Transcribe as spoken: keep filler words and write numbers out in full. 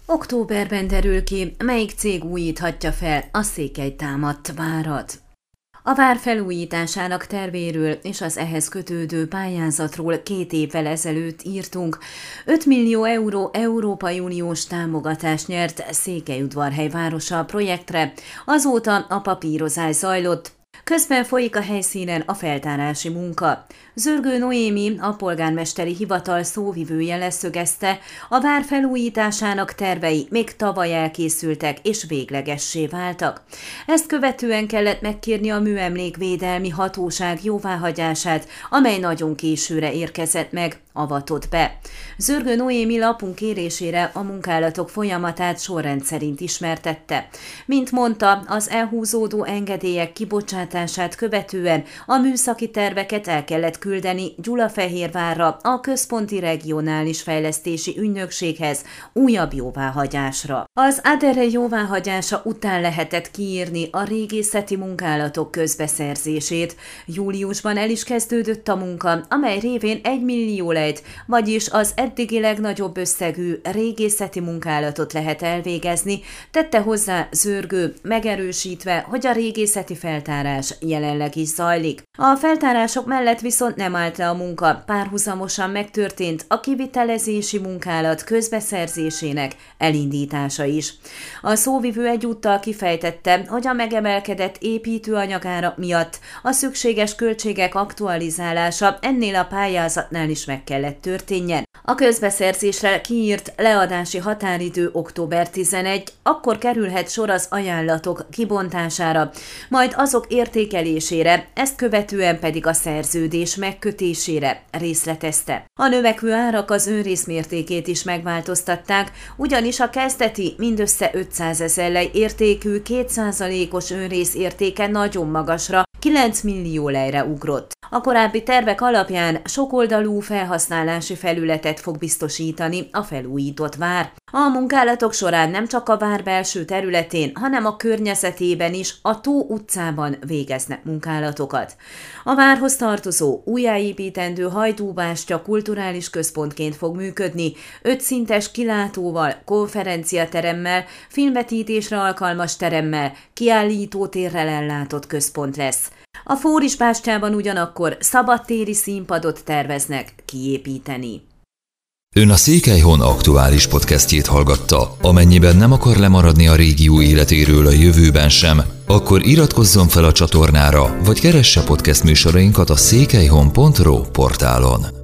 Októberben derül ki, melyik cég újíthatja fel a Székely támadt várat. A vár felújításának tervéről és az ehhez kötődő pályázatról két évvel ezelőtt írtunk. öt millió euró Európai Uniós támogatást nyert Székelyudvarhely városa a projektre, azóta a papírozás zajlott. Közben folyik a helyszínen a feltárási munka. Zörgő Noémi, a polgármesteri hivatal szóvivője leszögezte, a vár felújításának tervei még tavaly elkészültek és véglegessé váltak. Ezt követően kellett megkérni a műemlékvédelmi hatóság jóváhagyását, amely nagyon későre érkezett meg, avatott be. Zörgő Noémi lapunk kérésére a munkálatok folyamatát sorrend szerint ismertette. Mint mondta, az elhúzódó engedélyek kibocsátását követően a műszaki terveket el kellett küldeni Gyulafehérvárra, a Központi Regionális Fejlesztési Ügynökséghez újabb jóváhagyásra. Az á dé e er jóváhagyása után lehetett kiírni a régészeti munkálatok közbeszerzését. Júliusban el is kezdődött a munka, amely révén egy millió lejt, vagyis az eddigi legnagyobb összegű régészeti munkálatot lehet elvégezni, tette hozzá Zörgő, megerősítve, hogy a régészeti feltárás jelenleg is zajlik. A feltárások mellett viszont nem állt le a munka, párhuzamosan megtörtént a kivitelezési munkálat közbeszerzésének elindítása is. A szóvivő egyúttal kifejtette, hogy a megemelkedett építőanyagára miatt a szükséges költségek aktualizálása ennél a pályázatnál is meg kellett történjen. A közbeszerzésre kiírt leadási határidő október tizenegy, akkor kerülhet sor az ajánlatok kibontására, majd azok értékelésére, ezt követően pedig a szerződés megkötésére, részletezte. A növekvő árak az önrész mértékét is megváltoztatták, ugyanis a kezdeti mindössze ötszázezer lej értékű két százalékos önrész értéke nagyon magasra, kilenc millió lejre ugrott. A korábbi tervek alapján sokoldalú felhasználási felületet fog biztosítani a felújított vár. A munkálatok során nem csak a vár belső területén, hanem a környezetében is, a Tó utcában végeznek munkálatokat. A várhoz tartozó újjáépítendő Hajdúbástya kulturális központként fog működni, ötszintes kilátóval, konferenciateremmel, filmvetítésre alkalmas teremmel, kiállítótérrel ellátott központ lesz. A Fórisbástyában ugyanakkor szabadtéri színpadot terveznek kiépíteni. Ön a Székelyhon aktuális podcastjét hallgatta. Amennyiben nem akar lemaradni a régió életéről a jövőben sem, akkor iratkozzon fel a csatornára, vagy keresse podcast műsorainkat a székelyhon pont ro portálon.